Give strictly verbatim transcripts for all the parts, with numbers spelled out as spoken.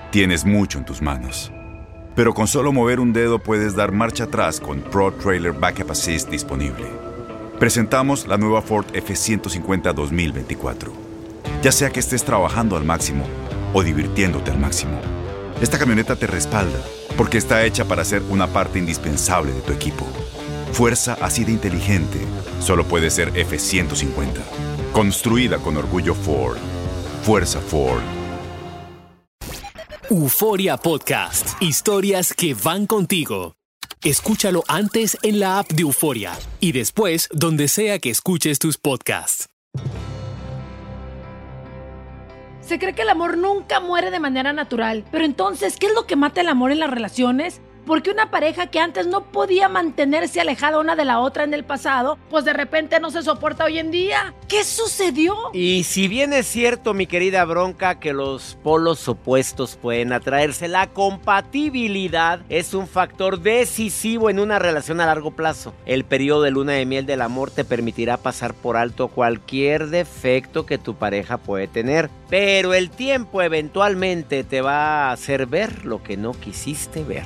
Tienes mucho en tus manos. Pero con solo mover un dedo puedes dar marcha atrás con Pro Trailer Backup Assist disponible. Presentamos la nueva Ford F ciento cincuenta dos mil veinticuatro. Ya sea que estés trabajando al máximo o divirtiéndote al máximo, esta camioneta te respalda porque está hecha para ser una parte indispensable de tu equipo. Fuerza así de inteligente solo puede ser F ciento cincuenta. Construida con orgullo Ford. Fuerza Ford. Euforia Podcast. Historias que van contigo. Escúchalo antes en la app de Euforia y después donde sea que escuches tus podcasts. Se cree que el amor nunca muere de manera natural, pero entonces, ¿qué es lo que mata el amor en las relaciones? Porque una pareja que antes no podía mantenerse alejada una de la otra en el pasado, pues de repente no se soporta hoy en día. ¿Qué sucedió? Y si bien es cierto, mi querida Bronca, que los polos opuestos pueden atraerse, la compatibilidad es un factor decisivo en una relación a largo plazo. El periodo de luna de miel del amor te permitirá pasar por alto cualquier defecto que tu pareja puede tener, pero el tiempo eventualmente te va a hacer ver lo que no quisiste ver.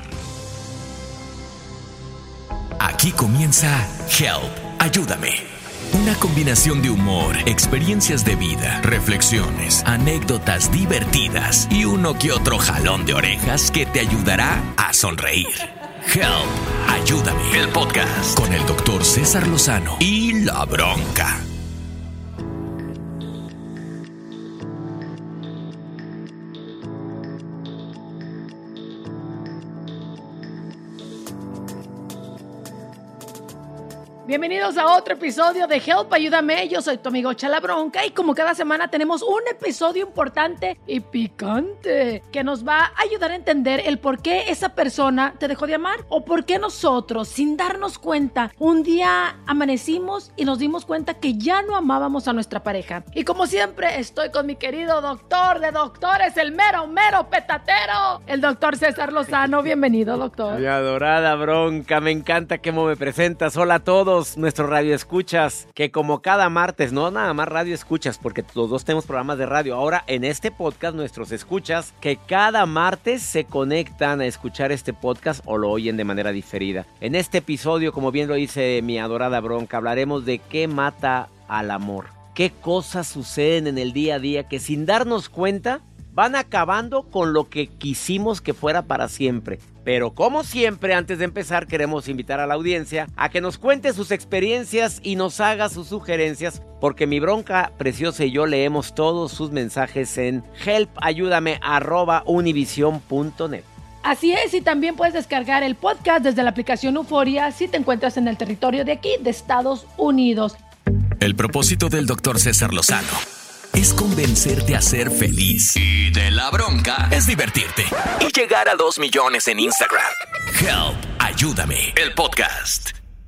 Aquí comienza Help, Ayúdame. Una combinación de humor, experiencias de vida, reflexiones, anécdotas divertidas y uno que otro jalón de orejas que te ayudará a sonreír. Help, Ayúdame, el podcast con el doctor César Lozano y La Bronca. Bienvenidos a otro episodio de Help, Ayúdame. Yo soy tu amigo Chala Bronca y como cada semana tenemos un episodio importante y picante que nos va a ayudar a entender el por qué esa persona te dejó de amar o por qué nosotros, sin darnos cuenta, un día amanecimos y nos dimos cuenta que ya no amábamos a nuestra pareja. Y como siempre, estoy con mi querido doctor de doctores, el mero, mero petatero, el doctor César Lozano. Bienvenido, doctor. Mi adorada Bronca, me encanta cómo me presentas. Hola a todos nuestros radioescuchas, que como cada martes, no nada más radioescuchas, porque los dos tenemos programas de radio. Ahora en este podcast, nuestros escuchas, que cada martes se conectan a escuchar este podcast o lo oyen de manera diferida. En este episodio, como bien lo dice mi adorada Bronca, hablaremos de qué mata al amor. Qué cosas suceden en el día a día que sin darnos cuenta van acabando con lo que quisimos que fuera para siempre. Pero como siempre, antes de empezar, queremos invitar a la audiencia a que nos cuente sus experiencias y nos haga sus sugerencias, porque mi Bronca preciosa y yo leemos todos sus mensajes en helpayúdame arroba univision punto net. Así es, y también puedes descargar el podcast desde la aplicación Euforia si te encuentras en el territorio de aquí, de Estados Unidos. El propósito del doctor César Lozano es convencerte a ser feliz. Y de La Bronca es divertirte y llegar a dos millones en Instagram. Help, Ayúdame, el podcast.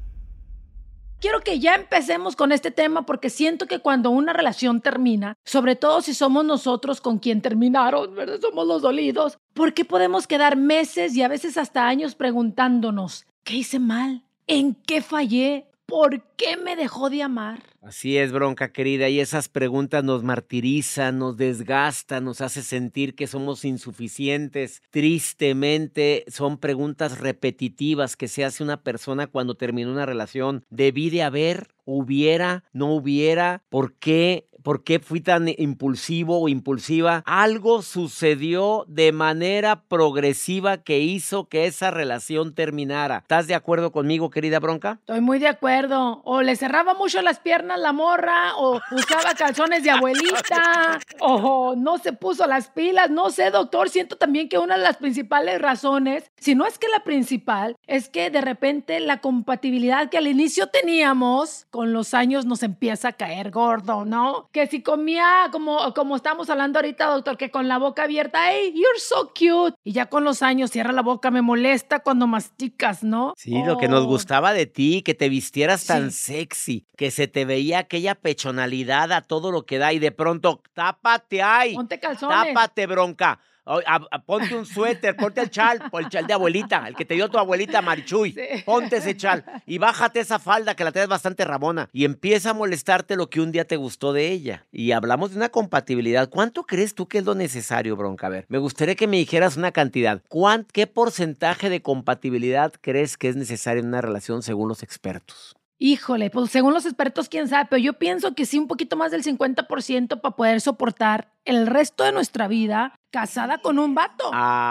Quiero que ya empecemos con este tema porque siento que cuando una relación termina, sobre todo si somos nosotros con quien terminaron, ¿verdad? Somos los dolidos, ¿por qué podemos quedar meses y a veces hasta años preguntándonos, ¿qué hice mal? ¿En qué fallé? ¿Por qué me dejó de amar? Así es, Bronca querida, y esas preguntas nos martirizan, nos desgastan, nos hace sentir que somos insuficientes. Tristemente, son preguntas repetitivas que se hace una persona cuando termina una relación. Debí de haber, hubiera, no hubiera, ¿por qué? ¿Por qué fui tan impulsivo o impulsiva? Algo sucedió de manera progresiva que hizo que esa relación terminara. ¿Estás de acuerdo conmigo, querida Bronca? Estoy muy de acuerdo. O le cerraba mucho las piernas la morra, o usaba calzones de abuelita, o no se puso las pilas. No sé, doctor, siento también que una de las principales razones, si no es que la principal, es que de repente la compatibilidad que al inicio teníamos, con los años nos empieza a caer gordo, ¿no? Que si comía, como, como estamos hablando ahorita, doctor, que con la boca abierta, hey, you're so cute. Y ya con los años, cierra la boca, me molesta cuando masticas, ¿no? Sí, oh. Lo que nos gustaba de ti, que te vistieras Sí. tan sexy, que se te veía aquella pechonalidad a todo lo que da y de pronto, tápate, ay. Ponte calzones. Tápate, Bronca. a- a- ponte un suéter, ponte el chal, el chal de abuelita, el que te dio tu abuelita Marichuy. Sí. Ponte ese chal y bájate esa falda que la traes bastante rabona y empieza a molestarte lo que un día te gustó de ella. Y hablamos de una compatibilidad. ¿Cuánto crees tú que es lo necesario, Bronca? A ver, me gustaría que me dijeras una cantidad. ¿Cuán- ¿Qué porcentaje de compatibilidad crees que es necesario en una relación según los expertos? Híjole, pues según los expertos, quién sabe, pero yo pienso que sí un poquito más del cincuenta por ciento para poder soportar el resto de nuestra vida casada con un vato.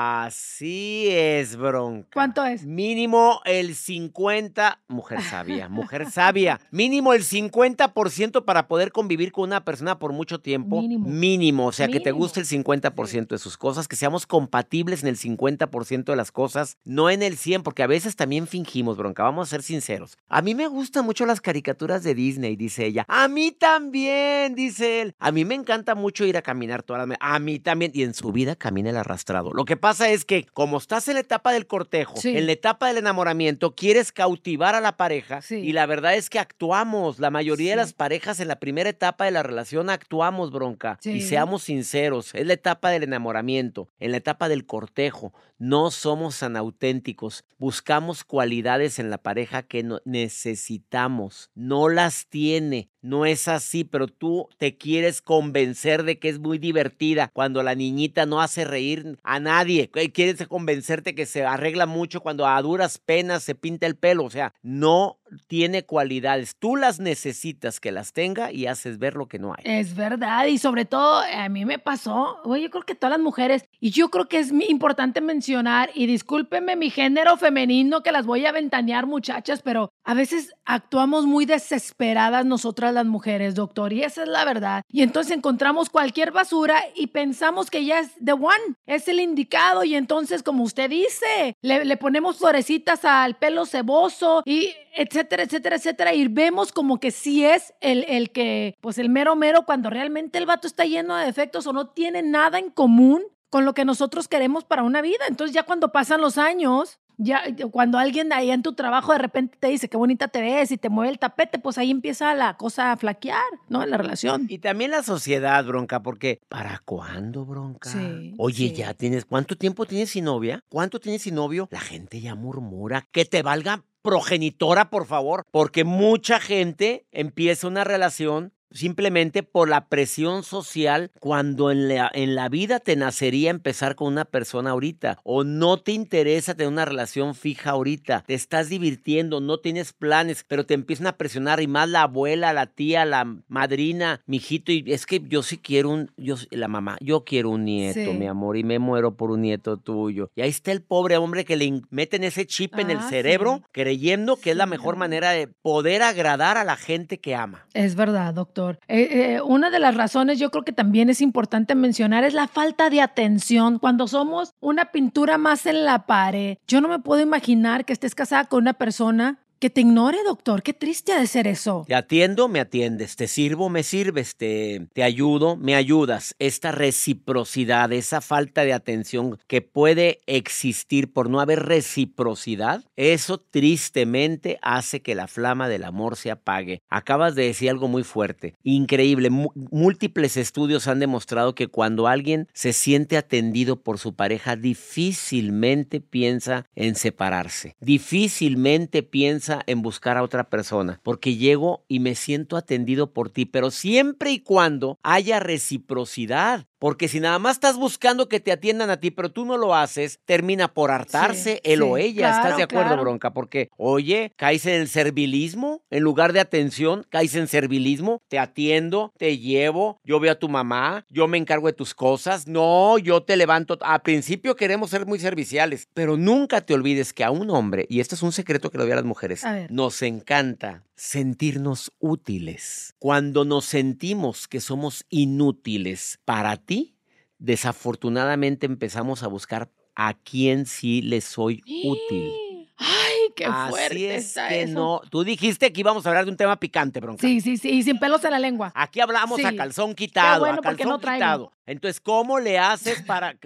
Así es, Bronca. ¿Cuánto es? Mínimo el cincuenta, mujer sabia, mujer sabia, mínimo el cincuenta por ciento para poder convivir con una persona por mucho tiempo. Mínimo. Mínimo, o sea, que te Mínimo. guste el cincuenta por ciento de sus cosas, que seamos compatibles en el cincuenta por ciento de las cosas, no en el cien, porque a veces también fingimos, Bronca, vamos a ser sinceros. A mí me gustan mucho las caricaturas de Disney, dice ella. A mí también, dice él. A mí me encanta mucho ir a caminar todas las... ma- A mí también. Y en su vida camina el arrastrado. Lo que pasa es que como estás en la etapa del cortejo, Sí. en la etapa del enamoramiento, quieres cautivar a la pareja. Sí. Y la verdad es que actuamos. La mayoría de Sí. las parejas en la primera etapa de la relación actuamos, Bronca. Sí. Y seamos sinceros. Es la etapa del enamoramiento, en la etapa del cortejo. No somos tan auténticos. Buscamos cualidades en la pareja que no necesitamos. No las tiene. No es así, pero tú te quieres convencer de que es muy divertida cuando la niñita no hace reír a nadie. Quieres convencerte que se arregla mucho cuando a duras penas se pinta el pelo. O sea, no tiene cualidades. Tú las necesitas que las tenga y haces ver lo que no hay. Es verdad, y sobre todo a mí me pasó, oye, yo creo que todas las mujeres, y yo creo que es mi- importante mencionar, y discúlpenme mi género femenino que las voy a ventanear, muchachas, pero a veces actuamos muy desesperadas nosotras las mujeres, doctor, y esa es la verdad. Y entonces encontramos cualquier basura y pensamos que ya es the one, es el indicado, y entonces, como usted dice, le, le ponemos florecitas al pelo ceboso y etcétera, etcétera, etcétera, y vemos como que sí es el, el que, pues el mero mero, cuando realmente el vato está lleno de defectos o no tiene nada en común con lo que nosotros queremos para una vida. Entonces ya cuando pasan los años, ya cuando alguien ahí en tu trabajo de repente te dice qué bonita te ves y te mueve el tapete, pues ahí empieza la cosa a flaquear, ¿no? En la relación. Y también la sociedad, Bronca, porque ¿para cuándo, Bronca? Sí, Oye, sí. ya tienes, ¿cuánto tiempo tienes sin novia? ¿Cuánto tienes sin novio? La gente ya murmura. Que te valga progenitora, por favor, porque mucha gente empieza una relación simplemente por la presión social cuando en la, en la vida te nacería empezar con una persona ahorita o no te interesa tener una relación fija ahorita, te estás divirtiendo, no tienes planes, pero te empiezan a presionar y más la abuela, la tía, la madrina, mijito, y es que yo sí quiero un, yo, la mamá, yo quiero un nieto, Sí. mi amor, y me muero por un nieto tuyo. Y ahí está el pobre hombre que le in- meten ese chip en el Ah, cerebro, sí. creyendo que es la Sí, mejor no. manera de poder agradar a la gente que ama. Es verdad, doctor. Eh, eh, una de las razones yo creo que también es importante mencionar es la falta de atención. Cuando somos una pintura más en la pared, yo no me puedo imaginar que estés casada con una persona que te ignore, doctor. Qué triste ha de ser eso. Te atiendo, me atiendes, te sirvo, me sirves, te, te ayudo, me ayudas. Esta reciprocidad, esa falta de atención que puede existir por no haber reciprocidad, eso tristemente hace que la flama del amor se apague. Acabas de decir algo muy fuerte, increíble. Mu- múltiples estudios han demostrado que cuando alguien se siente atendido por su pareja, difícilmente piensa en separarse, difícilmente piensa en buscar a otra persona, porque llego y me siento atendido por ti, pero siempre y cuando haya reciprocidad. Porque si nada más estás buscando que te atiendan a ti, pero tú no lo haces, termina por hartarse Sí, él o sí, ella. ¿Estás claro, de acuerdo, claro. Bronca? Porque, oye, caes en el servilismo, en lugar de atención, caes en servilismo. Te atiendo, te llevo, yo veo a tu mamá, yo me encargo de tus cosas. No, yo te levanto. Al principio queremos ser muy serviciales, pero nunca te olvides que a un hombre, y esto es un secreto que lo doy a las mujeres, A ver. nos encanta sentirnos útiles. Cuando nos sentimos que somos inútiles para ti, desafortunadamente empezamos a buscar a quién sí le soy útil. Ay, qué Así fuerte es está que eso. no. Tú dijiste que íbamos a hablar de un tema picante, Bronca. Sí, sí, sí, y sin pelos en la lengua. Aquí hablamos Sí. a calzón quitado, bueno, a porque calzón no traigo. quitado. Entonces, ¿cómo le haces para que,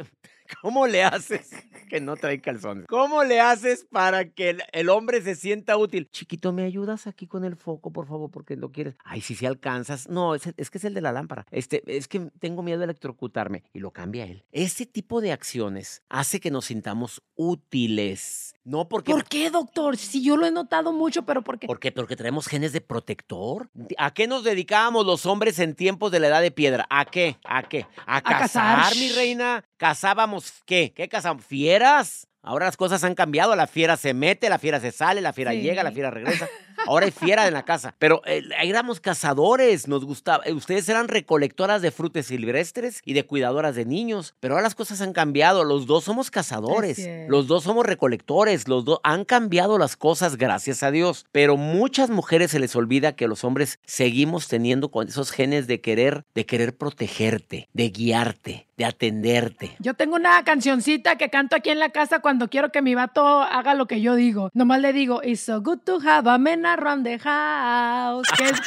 ¿Cómo le haces que no trae calzones? ¿Cómo le haces para que el, el hombre se sienta útil? Chiquito, ¿me ayudas aquí con el foco, por favor? Porque lo quieres. Ay, si sí, sí alcanzas. No, es, es que es el de la lámpara. Este, es que tengo miedo de electrocutarme. Y lo cambia él. Ese tipo de acciones hace que nos sintamos útiles. No porque... ¿Por qué, doctor? Si yo lo he notado mucho, pero ¿por qué? ¿Por qué? Porque traemos genes de protector. ¿A qué nos dedicábamos los hombres en tiempos de la edad de piedra? ¿A qué? ¿A qué? A, A cazar, cazar. mi reina. ¿Cazábamos qué? ¿Qué cazamos? ¿Fieras? Ahora las cosas han cambiado. La fiera se mete, la fiera se sale, la fiera Sí. llega, la fiera regresa. Ahora hay fiera en la casa. Pero eh, éramos cazadores, nos gustaba. Eh, ustedes eran recolectoras de frutas silvestres y de cuidadoras de niños. Pero ahora las cosas han cambiado. Los dos somos cazadores. Así es. Los dos somos recolectores. Los dos han cambiado las cosas, gracias a Dios. Pero muchas mujeres se les olvida que los hombres seguimos teniendo con esos genes de querer, de querer protegerte, de guiarte, de atenderte. Yo tengo una cancioncita que canto aquí en la casa cuando quiero que mi vato haga lo que yo digo. Nomás le digo, it's so good to have a man around the house. Que es,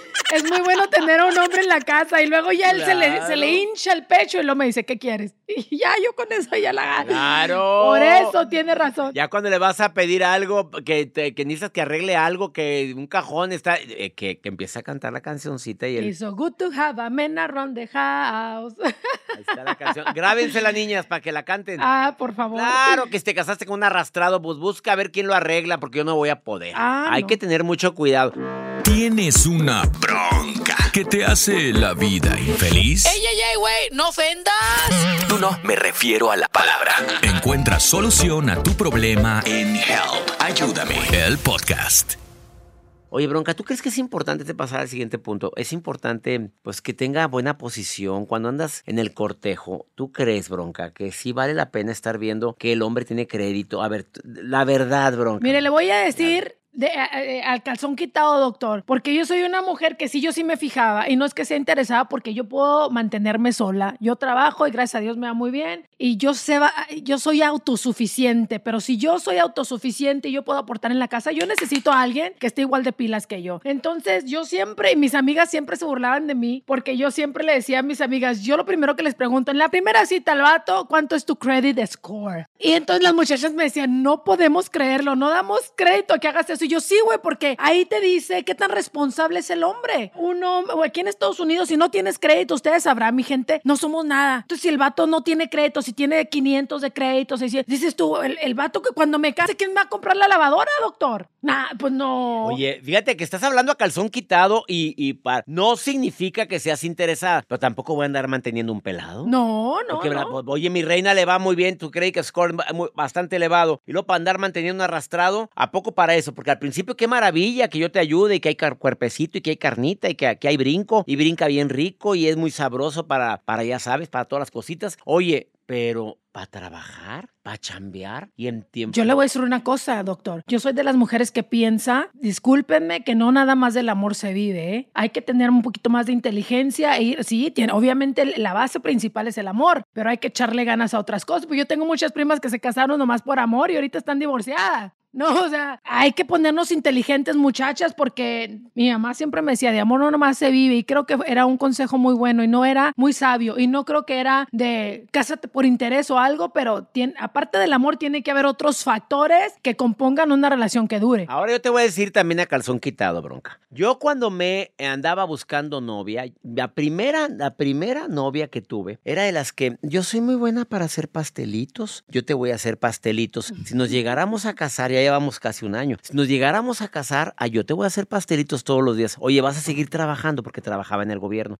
es muy bueno tener a un hombre en la casa. Y luego ya él se, le, se le hincha el pecho y luego me dice, ¿qué quieres? Y ya yo con eso ya la gano. ¡Claro! Por eso tiene razón. Ya cuando le vas a pedir algo, que, te, que necesitas que arregle algo, que un cajón está, eh, que, que empieza a cantar la cancioncita y él... It's so good to have a man around the house. Ahí está la canción. Grábensela, niñas, para que la canten. Ah, por favor. Claro que si te casaste con un arrastrado, pues busca a ver quién lo arregla, porque yo no voy a poder. Ah, Hay no. que tener mucho cuidado. ¿Tienes una bronca que te hace la vida infeliz? ¡Ey, ey, ey, güey! ¡No ofendas! No, no, me refiero a la palabra. Encuentra solución a tu problema en Help. Ayúdame. El podcast. Oye, Bronca, ¿tú crees que es importante te pasar al siguiente punto? Es importante, pues, que tenga buena posición cuando andas en el cortejo. ¿Tú crees, Bronca, que sí vale la pena estar viendo que el hombre tiene crédito? A ver, t- la verdad, Bronca. Mire, le voy a decir de, a- a- al calzón quitado, doctor, porque yo soy una mujer que sí, yo sí me fijaba, y no es que sea interesada porque yo puedo mantenerme sola. Yo trabajo y gracias a Dios me va muy bien, y yo, sé, va- yo soy autosuficiente, pero si yo soy autosuficiente y yo puedo aportar en la casa, yo necesito a alguien que esté igual de pilas que yo. Entonces, yo siempre, y mis amigas siempre se burlaban de mí, porque yo siempre le decía a mis amigas, yo lo primero que les pregunto, en la primera cita al vato, ¿cuánto es tu credit score? Y entonces las muchachas me decían, no podemos creerlo, no damos crédito a que hagas eso. Y yo, sí, güey, porque ahí te dice qué tan responsable es el hombre. Un hombre, o aquí en Estados Unidos, si no tienes crédito, ustedes sabrán, mi gente, no somos nada. Entonces, si el vato no tiene crédito, si tiene quinientos de crédito, seiscientos, dices tú, el, el vato que cuando me case, ¿quién me va a comprar la lavadora, doctor? Nah, pues no. Oye, fíjate que estás hablando a calzón quitado y, y pa- no significa que seas interesada, pero tampoco voy a andar manteniendo un pelado. No, no, Porque, no. oye, mi reina le va muy bien, tu credit score ba- muy- bastante elevado. Y luego para andar manteniendo un arrastrado, ¿a poco para eso? Porque al principio qué maravilla que yo te ayude y que hay car- cuerpecito y que hay carnita y que aquí hay brinco y brinca bien rico y es muy sabroso para, para ya sabes, para todas las cositas. Oye, pero ¿para trabajar? ¿Para chambear? Y en tiempo... Yo le voy a decir una cosa, doctor. Yo soy de las mujeres que piensa, discúlpenme, que no nada más del amor se vive, ¿eh? Hay que tener un poquito más de inteligencia y sí, tiene, obviamente la base principal es el amor, pero hay que echarle ganas a otras cosas. Pues yo tengo muchas primas que se casaron nomás por amor y ahorita están divorciadas. No, o sea, hay que ponernos inteligentes, muchachas, porque mi mamá siempre me decía, de amor no nomás se vive, y creo que era un consejo muy bueno y no era muy sabio, y no creo que era de cásate por interés o algo, pero tiene, aparte del amor tiene que haber otros factores que compongan una relación que dure. Ahora yo te voy a decir también a calzón quitado, Bronca. Yo cuando me andaba buscando novia, la primera, la primera novia que tuve era de las que yo soy muy buena para hacer pastelitos, yo te voy a hacer pastelitos. Si nos llegáramos a casar, ya llevamos casi un año, si nos llegáramos a casar, ah, yo te voy a hacer pastelitos todos los días. Oye, ¿vas a seguir trabajando? Porque trabajaba en el gobierno.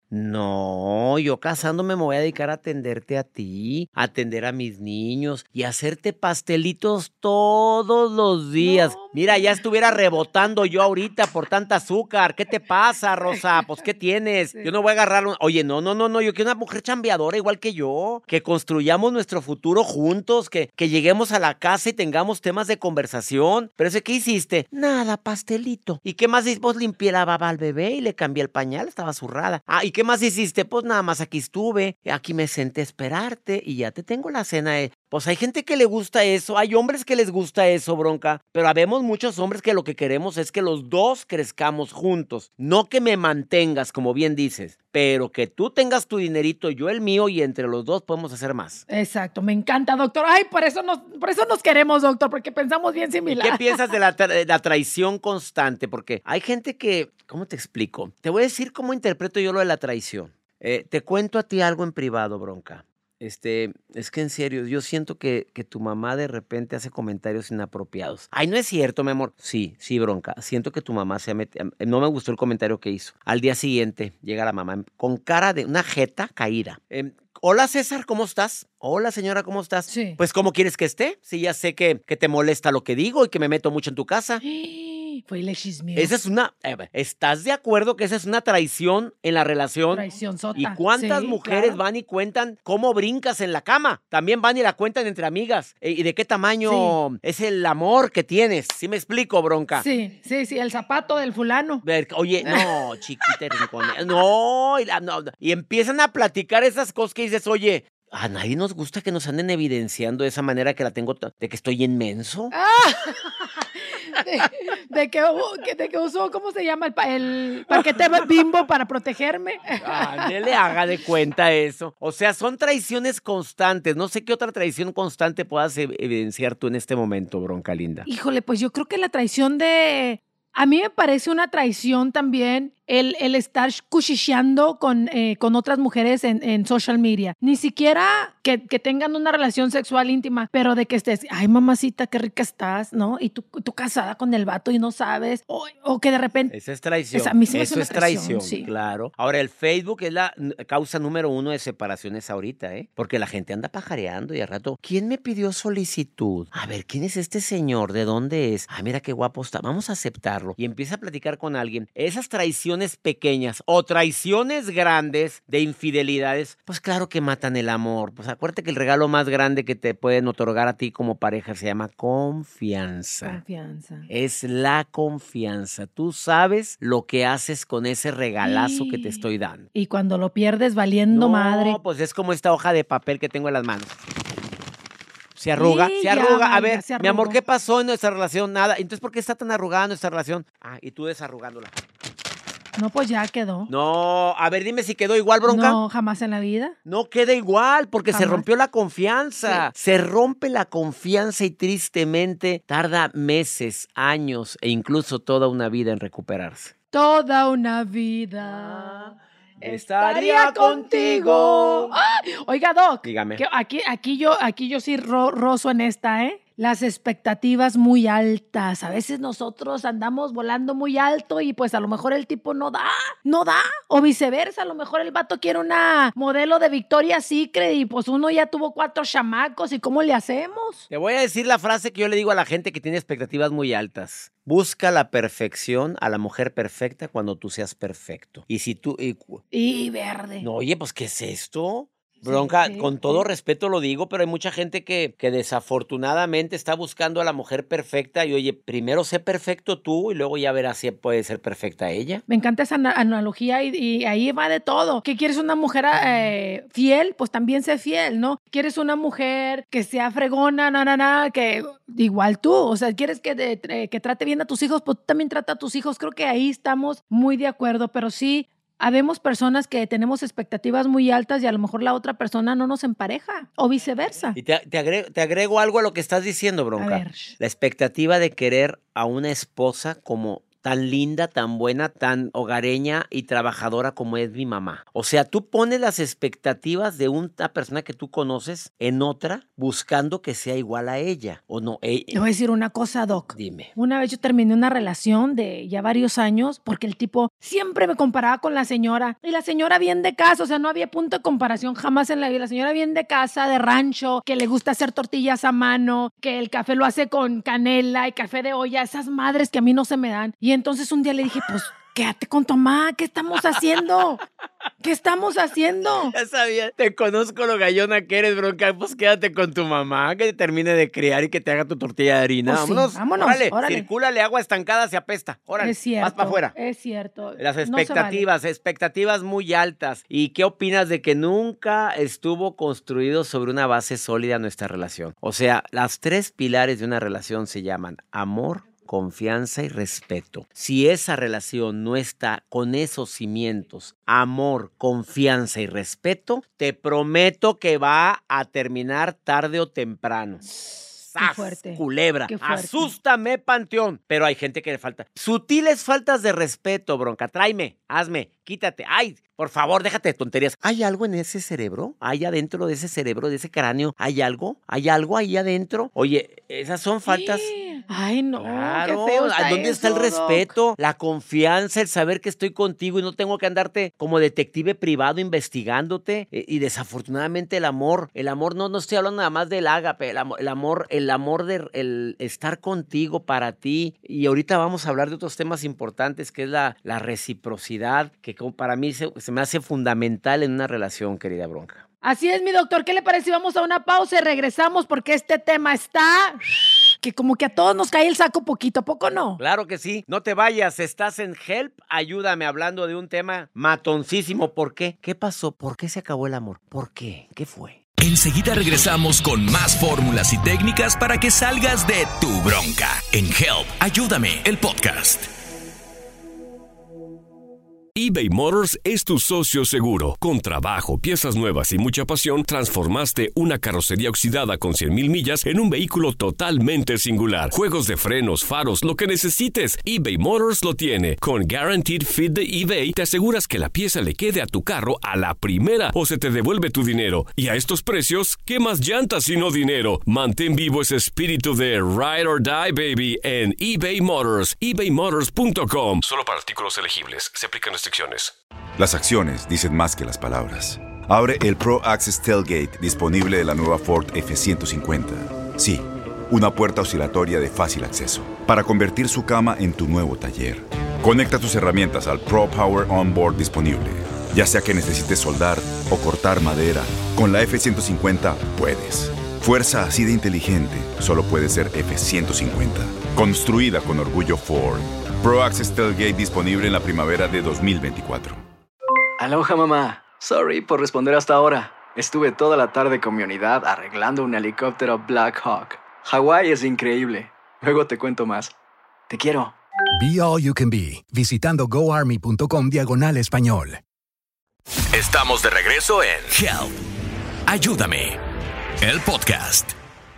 No, yo casándome me voy a dedicar a atenderte a ti, a atender a mis niños y a hacerte pastelitos todos los días. No, Mira, ya estuviera rebotando yo ahorita por tanta azúcar. ¿Qué te pasa, Rosa? Pues, ¿qué tienes? Sí. Yo no voy a agarrar un... Oye, no, no, no, no. Yo quiero una mujer chambeadora igual que yo. Que construyamos nuestro futuro juntos. Que, que lleguemos a la casa y tengamos temas de conversación. Pero ese, ¿qué hiciste? Nada, pastelito. ¿Y qué más hiciste? Pues limpié la baba al bebé y le cambié el pañal. Estaba zurrada. Ah, ¿y qué más hiciste? Pues nada más aquí estuve. Aquí me senté a esperarte y ya te tengo la cena. De... Pues hay gente que le gusta eso, hay hombres que les gusta eso, Bronca, pero habemos muchos hombres que lo que queremos es que los dos crezcamos juntos, no que me mantengas, como bien dices, pero que tú tengas tu dinerito, yo el mío, y entre los dos podemos hacer más. Exacto, me encanta, doctor. Ay, por eso nos, por eso nos queremos, doctor, porque pensamos bien similar. ¿Qué piensas de la, tra- de la traición constante? Porque hay gente que, ¿cómo te explico? Te voy a decir cómo interpreto yo lo de la traición. Eh, te cuento a ti algo en privado, Bronca. Este, es que en serio, yo siento que, que tu mamá de repente hace comentarios inapropiados. Ay, no es cierto, mi amor. Sí, sí, Bronca. Siento que tu mamá se ha metido. No me gustó el comentario que hizo. Al día siguiente llega la mamá con cara de una jeta caída. Eh, Hola, César, ¿cómo estás? Hola, señora, ¿cómo estás? Sí. Pues, ¿cómo quieres que esté? Sí, ya sé que, que te molesta lo que digo y que me meto mucho en tu casa. Fue el chismeo. Esa es una... eh, ¿Estás de acuerdo que esa es una traición en la relación? Traición sota. ¿Y cuántas Sí, mujeres claro. van y cuentan cómo brincas en la cama? También van y la cuentan entre amigas. Eh, ¿Y de qué tamaño Sí. es el amor que tienes? ¿Sí me explico, Bronca? Sí, sí, sí, el zapato del fulano. Ver, oye, no, chiquita rinconera, no y, la- no, no. Y empiezan a platicar esas cosas que dices, oye, a nadie nos gusta que nos anden evidenciando de esa manera que la tengo, t- de que estoy inmenso. De, de que, hubo- que- de que usó, ¿cómo se llama? El, pa- el paquete Bimbo para protegerme. Ándele, haga de cuenta eso. O sea, son traiciones constantes. No sé qué otra traición constante puedas e- evidenciar tú en este momento, Bronca linda. Híjole, pues yo creo que la traición de... A mí me parece una traición también el, el estar cuchicheando con, eh, con otras mujeres en, en social media. Ni siquiera que, que tengan una relación sexual íntima, pero de que estés, ay, mamacita, qué rica estás, ¿no? Y tú, tú casada con el vato y no sabes. O, o que de repente... Esa es traición. Esa- a mí se me hace Eso una es traición, traición, sí. claro. Ahora, el Facebook es la n- causa número uno de separaciones ahorita, ¿eh? Porque la gente anda pajareando y al rato, ¿quién me pidió solicitud? A ver, ¿quién es este señor? ¿De dónde es? Ah, mira qué guapo está. Vamos a aceptarlo. Y empieza a platicar con alguien. Esas traiciones pequeñas o traiciones grandes de infidelidades, pues claro que matan el amor. Pues acuérdate que el regalo más grande que te pueden otorgar a ti como pareja se llama confianza. Confianza. Es la confianza. Tú sabes lo que haces con ese regalazo que te estoy dando. Y cuando lo pierdes valiendo No, madre. pues es como esta hoja de papel que tengo en las manos. Se arruga, Sí, se ya, arruga. A vaya, ver, se mi amor, arrugó. ¿qué pasó en nuestra relación? Nada. Entonces, ¿por qué está tan arrugada nuestra relación? Ah, y tú desarrugándola. No, pues ya quedó. No, a ver, dime si quedó igual, Bronca. No, jamás en la vida. No queda igual porque se Jamás. rompió la confianza. Se rompe la confianza y tristemente tarda meses, años e incluso toda una vida en recuperarse. Toda una vida estaría contigo. ¡Ay! Oiga, Doc. Dígame. que aquí, aquí, yo, aquí yo sí ro- rozo en esta, ¿eh? Las expectativas muy altas. A veces nosotros andamos volando muy alto y pues a lo mejor el tipo no da, no da. O viceversa, a lo mejor el vato quiere una modelo de Victoria's Secret y pues uno ya tuvo cuatro chamacos y ¿cómo le hacemos? Te voy a decir la frase que yo le digo a la gente que tiene expectativas muy altas. Busca la perfección a la mujer perfecta cuando tú seas perfecto. Y si tú... y cu- Y verde. no, oye, pues, ¿qué es esto? Bronca, sí, con todo sí. respeto lo digo, pero hay mucha gente que, que desafortunadamente está buscando a la mujer perfecta y oye, primero sé perfecto tú y luego ya verás si puede ser perfecta ella. Me encanta esa ana- analogía y, y ahí va de todo. ¿Qué quieres una mujer eh, fiel? Pues también sé fiel, ¿no? ¿Quieres una mujer que sea fregona, na, na, na, que igual tú? O sea, ¿quieres que, te- eh, que trate bien a tus hijos? Pues tú también trata a tus hijos. Creo que ahí estamos muy de acuerdo, pero sí, habemos personas que tenemos expectativas muy altas y a lo mejor la otra persona no nos empareja o viceversa. Y te, te agrego, te agrego algo a lo que estás diciendo, A Bronca. ver. La expectativa de querer a una esposa como tan linda, tan buena, tan hogareña y trabajadora como es mi mamá. O sea, tú pones las expectativas de una persona que tú conoces en otra buscando que sea igual a ella. ¿O no? Eh, Te voy a decir una cosa, Doc. dime. Una vez yo terminé una relación de ya varios años porque el tipo siempre me comparaba con la señora. Y la señora bien de casa, o sea, no había punto de comparación jamás en la vida. La señora bien de casa, de rancho, que le gusta hacer tortillas a mano, que el café lo hace con canela y café de olla, esas madres que a mí no se me dan. Y entonces un día le dije, pues, quédate con tu mamá. ¿Qué estamos haciendo? ¿Qué estamos haciendo? Ya sabía, te conozco lo gallona que eres, Bronca. Pues quédate con tu mamá, que te termine de criar y que te haga tu tortilla de harina. Pues sí, vámonos, vámonos, órale, órale. circúlale, agua estancada se apesta. Órale, Es cierto. vas para afuera. Es cierto. Las No se vale. expectativas, expectativas muy altas. ¿Y qué opinas de que nunca estuvo construido sobre una base sólida nuestra relación? O sea, las tres pilares de una relación se llaman amor, confianza y respeto. Si esa relación no está con esos cimientos, amor, confianza y respeto, te prometo que va a terminar tarde o temprano. ¡Sas! fuerte, Culebra. qué fuerte. Asústame, Panteón. Pero hay gente que le falta. Sutiles faltas de respeto, Bronca. Tráeme, hazme, quítate. Ay, por favor, déjate de tonterías. ¿Hay algo en ese cerebro? ¿Hay adentro de ese cerebro, de ese cráneo? ¿Hay algo? ¿Hay algo ahí adentro? Oye, esas son faltas... Ay, no, Claro, qué feo está ¿dónde está el eso, Doc? respeto, la confianza, el saber que estoy contigo y no tengo que andarte como detective privado investigándote? Eh, y desafortunadamente el amor, el amor no, no estoy hablando nada más del ágape, el amor, el amor, el amor de el estar contigo para ti. Y ahorita vamos a hablar de otros temas importantes que es la, la reciprocidad, que como para mí se, se me hace fundamental en una relación, querida Bronca. Así es, mi doctor. ¿Qué le parece si vamos a una pausa y regresamos? Porque este tema está... que como que a todos nos cae el saco poquito, ¿a poco no? Claro que sí. No te vayas. Estás en Help. Ayúdame hablando de un tema matoncísimo. ¿Por qué? ¿Qué pasó? ¿Por qué se acabó el amor? ¿Por qué? ¿Qué fue? Enseguida regresamos con más fórmulas y técnicas para que salgas de tu bronca. En Help, Ayúdame, el podcast. eBay Motors es tu socio seguro. Con trabajo, piezas nuevas y mucha pasión, transformaste una carrocería oxidada con cien mil millas en un vehículo totalmente singular. Juegos de frenos, faros, lo que necesites, eBay Motors lo tiene. Con Guaranteed Fit de eBay, te aseguras que la pieza le quede a tu carro a la primera o se te devuelve tu dinero. Y a estos precios, ¿qué más llantas y no dinero? Mantén vivo ese espíritu de Ride or Die, baby, en eBay Motors. ebay motors punto com. Solo para artículos elegibles. Se aplican restricciones. Las acciones dicen más que las palabras. Abre el Pro Access Tailgate disponible de la nueva Ford F ciento cincuenta. Sí, una puerta oscilatoria de fácil acceso para convertir su cama en tu nuevo taller. Conecta tus herramientas al Pro Power Onboard disponible. Ya sea que necesites soldar o cortar madera, con la F ciento cincuenta puedes. Fuerza así de inteligente solo puede ser F ciento cincuenta. Construida con orgullo Ford. Pro Access Tailgate disponible en la primavera de dos mil veinticuatro. Aloha, mamá. Sorry por responder hasta ahora. Estuve toda la tarde con mi unidad arreglando un helicóptero Black Hawk. Hawái es increíble. Luego te cuento más. Te quiero. Be All You Can Be, visitando goarmy.com diagonal español. Estamos de regreso en Help, Ayúdame, el podcast.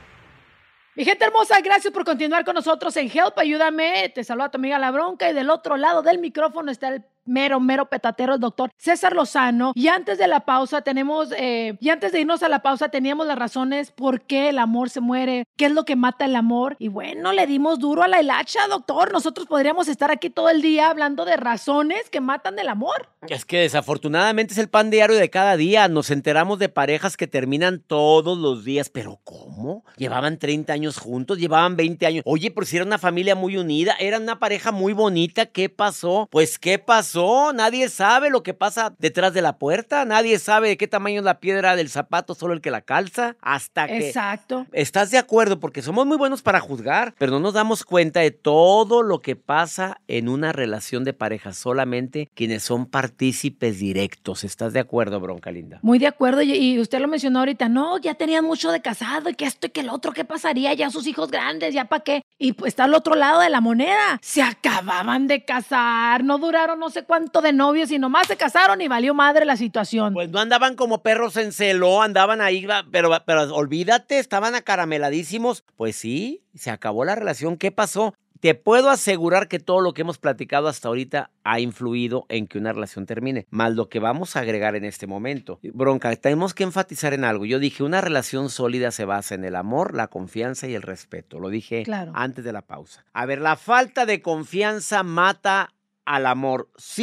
Mi gente hermosa, gracias por continuar con nosotros en Help, Ayúdame. Te saluda tu amiga La Bronca y del otro lado del micrófono está el mero, mero petatero, el doctor César Lozano. Y antes de la pausa tenemos, eh, y antes de irnos a la pausa teníamos las razones por qué el amor se muere, qué es lo que mata el amor. Y bueno, le dimos duro a la hilacha, doctor. Nosotros podríamos estar aquí todo el día hablando de razones que matan el amor. Es que desafortunadamente es el pan diario de cada día. Nos enteramos de parejas que terminan todos los días. ¿Pero cómo? Llevaban treinta años juntos, llevaban veinte años. Oye, pero si era una familia muy unida, era una pareja muy bonita. ¿Qué pasó? Pues, ¿qué pasó? Nadie sabe lo que pasa detrás de la puerta. Nadie sabe de qué tamaño es la piedra del zapato, solo el que la calza. Hasta que... Exacto. ¿Estás de acuerdo? Porque somos muy buenos para juzgar, pero no nos damos cuenta de todo lo que pasa en una relación de pareja. Solamente quienes son partícipes directos. ¿Estás de acuerdo, Bronca Linda? Muy de acuerdo. Y, y usted lo mencionó ahorita. No, ya tenían mucho de casado y que esto y que el otro. ¿Qué pasaría? Ya sus hijos grandes, ¿ya para qué? Y pues está al otro lado de la moneda. Se acababan de casar. No duraron no sé cuánto de novios y nomás se casaron y valió madre la situación. Pues no andaban como perros en celo, andaban ahí, pero, pero olvídate, estaban acarameladísimos. Pues sí, se acabó la relación. ¿Qué pasó? Te puedo asegurar que todo lo que hemos platicado hasta ahorita ha influido en que una relación termine, más lo que vamos a agregar en este momento. Bronca, tenemos que enfatizar en algo. Yo dije, una relación sólida se basa en el amor, la confianza y el respeto. Lo dije claro. Antes de la pausa. A ver, la falta de confianza mata al amor, ¿sí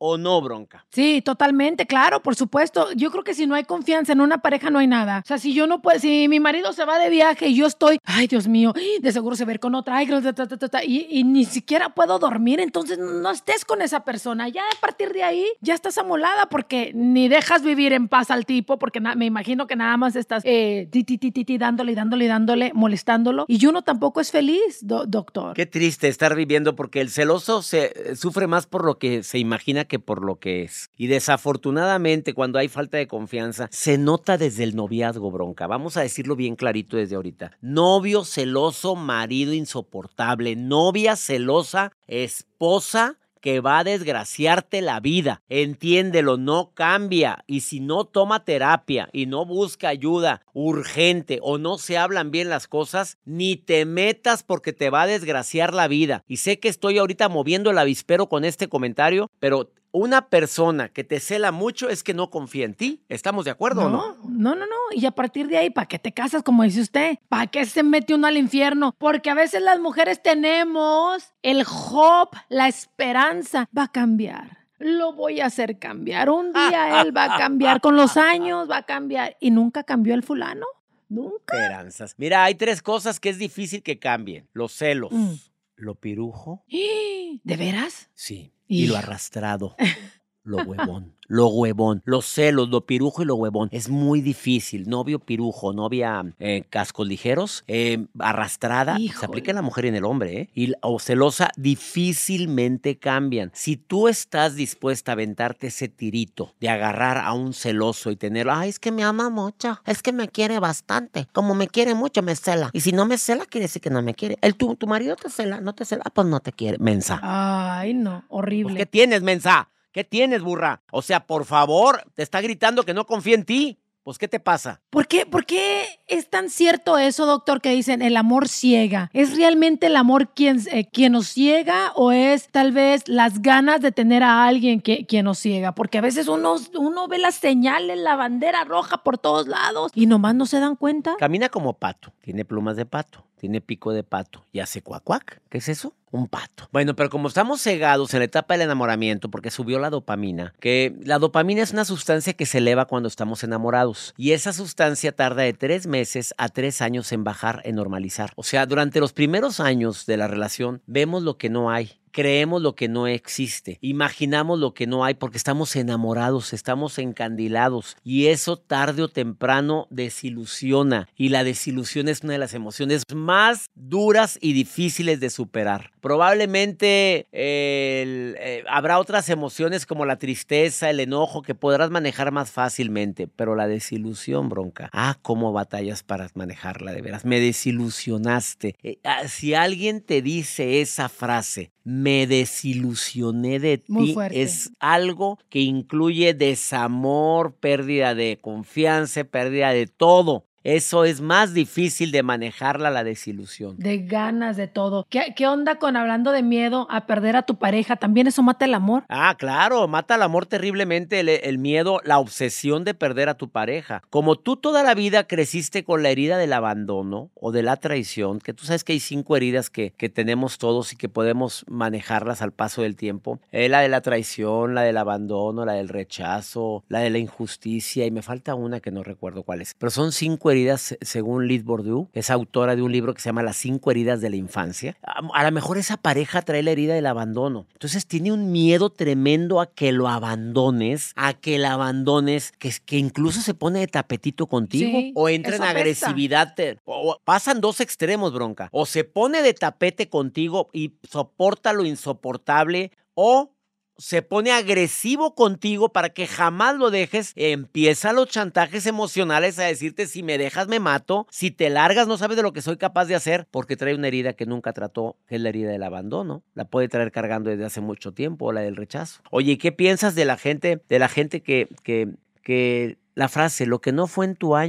o no, Bronca? Sí, totalmente, claro, por supuesto. Yo creo que si no hay confianza en una pareja no hay nada. O sea, si yo no puedo, si mi marido se va de viaje y yo estoy, ay, Dios mío, de seguro se va a ir con otra, ay, ta, ta, ta, ta, ta, y, y ni siquiera puedo dormir, entonces no estés con esa persona. Ya a partir de ahí ya estás amolada porque ni dejas vivir en paz al tipo, porque na- me imagino que nada más estás eh, ti, ti, ti, ti, ti, dándole, dándole, dándole, molestándolo. Y uno tampoco es feliz, do- doctor. Qué triste estar viviendo porque el celoso se eh, sufre más por lo que se imagina que por lo que es. Y desafortunadamente cuando hay falta de confianza se nota desde el noviazgo, Bronca. Vamos a decirlo bien clarito desde ahorita. Novio celoso, marido insoportable. Novia celosa, esposa que va a desgraciarte la vida. Entiéndelo, no cambia. Y si no toma terapia y no busca ayuda urgente o no se hablan bien las cosas, ni te metas porque te va a desgraciar la vida. Y sé que estoy ahorita moviendo el avispero con este comentario, pero una persona que te cela mucho es que no confía en ti. ¿Estamos de acuerdo o no? No, no, no. Y a partir de ahí, ¿para qué te casas, como dice usted? ¿Para qué se mete uno al infierno? Porque a veces las mujeres tenemos el hope, la esperanza. Va a cambiar. Lo voy a hacer cambiar. Un día él va a cambiar. Con los años va a cambiar. ¿Y nunca cambió el fulano? Nunca. Esperanzas. Mira, hay tres cosas que es difícil que cambien. Los celos. Mm. Lo pirujo. ¿De veras? Sí. Y lo arrastrado. Lo huevón. Lo huevón. Los celos, lo pirujo y lo huevón. Es muy difícil. Novio pirujo, novia eh, cascos ligeros, eh, arrastrada. Híjole. Se aplica en la mujer y en el hombre, ¿eh? Y, o celosa, difícilmente cambian. Si tú estás dispuesta a aventarte ese tirito de agarrar a un celoso y tenerlo, ay, es que me ama mucho, es que me quiere bastante. Como me quiere mucho, me cela. Y si no me cela, quiere decir que no me quiere. El, tu, tu marido te cela, no te cela, pues no te quiere. Mensa. Ay, no. Horrible. Pues, ¿qué tienes, mensa? ¿Qué tienes, burra? O sea, por favor, te está gritando que no confía en ti. Pues, ¿qué te pasa? ¿Por qué, ¿Por qué es tan cierto eso, doctor, que dicen el amor ciega? ¿Es realmente el amor quien, eh, quien nos ciega o es tal vez las ganas de tener a alguien que, quien nos ciega? Porque a veces uno, uno ve las señales, la bandera roja por todos lados y nomás no se dan cuenta. Camina como pato, tiene plumas de pato, tiene pico de pato y hace cuac cuac. ¿Qué es eso? Un pato. Bueno, pero como estamos cegados en la etapa del enamoramiento porque subió la dopamina, que la dopamina es una sustancia que se eleva cuando estamos enamorados y esa sustancia tarda de tres meses a tres años en bajar, en normalizar. O sea, durante los primeros años de la relación vemos lo que no hay. Creemos lo que no existe, imaginamos lo que no hay porque estamos enamorados, estamos encandilados y eso tarde o temprano desilusiona y la desilusión es una de las emociones más duras y difíciles de superar. Probablemente eh, el, eh, habrá otras emociones como la tristeza, el enojo que podrás manejar más fácilmente, pero la desilusión, Bronca, ah, cómo batallas para manejarla de veras, me desilusionaste. Eh, ah, si alguien te dice esa frase, me desilusioné de ti, es algo que incluye desamor, pérdida de confianza, pérdida de todo. Eso es más difícil de manejarla, la desilusión. De ganas, de todo. ¿Qué, qué onda con hablando de miedo a perder a tu pareja? ¿También eso mata el amor? Ah, claro, mata el amor terriblemente, el, el miedo, la obsesión de perder a tu pareja. Como tú toda la vida creciste con la herida del abandono o de la traición, que tú sabes que hay cinco heridas que, que tenemos todos y que podemos manejarlas al paso del tiempo. Eh, la de la traición, la del abandono, la del rechazo, la de la injusticia y me falta una que no recuerdo cuál es. Pero son cinco heridas según Liz Bourdieu, es autora de un libro que se llama Las cinco heridas de la infancia. A, a lo mejor esa pareja trae la herida del abandono. Entonces tiene un miedo tremendo a que lo abandones, a que la abandones, que, que incluso se pone de tapetito contigo Sí, o entra en agresividad. Te, o, pasan dos extremos, Bronca. O se pone de tapete contigo y soporta lo insoportable o se pone agresivo contigo para que jamás lo dejes, empieza los chantajes emocionales a decirte si me dejas me mato, si te largas no sabes de lo que soy capaz de hacer, porque trae una herida que nunca trató, que es la herida del abandono, la puede traer cargando desde hace mucho tiempo, o la del rechazo. Oye, ¿qué piensas de la gente, de la gente que, que, que la frase, lo que no fue en tu año,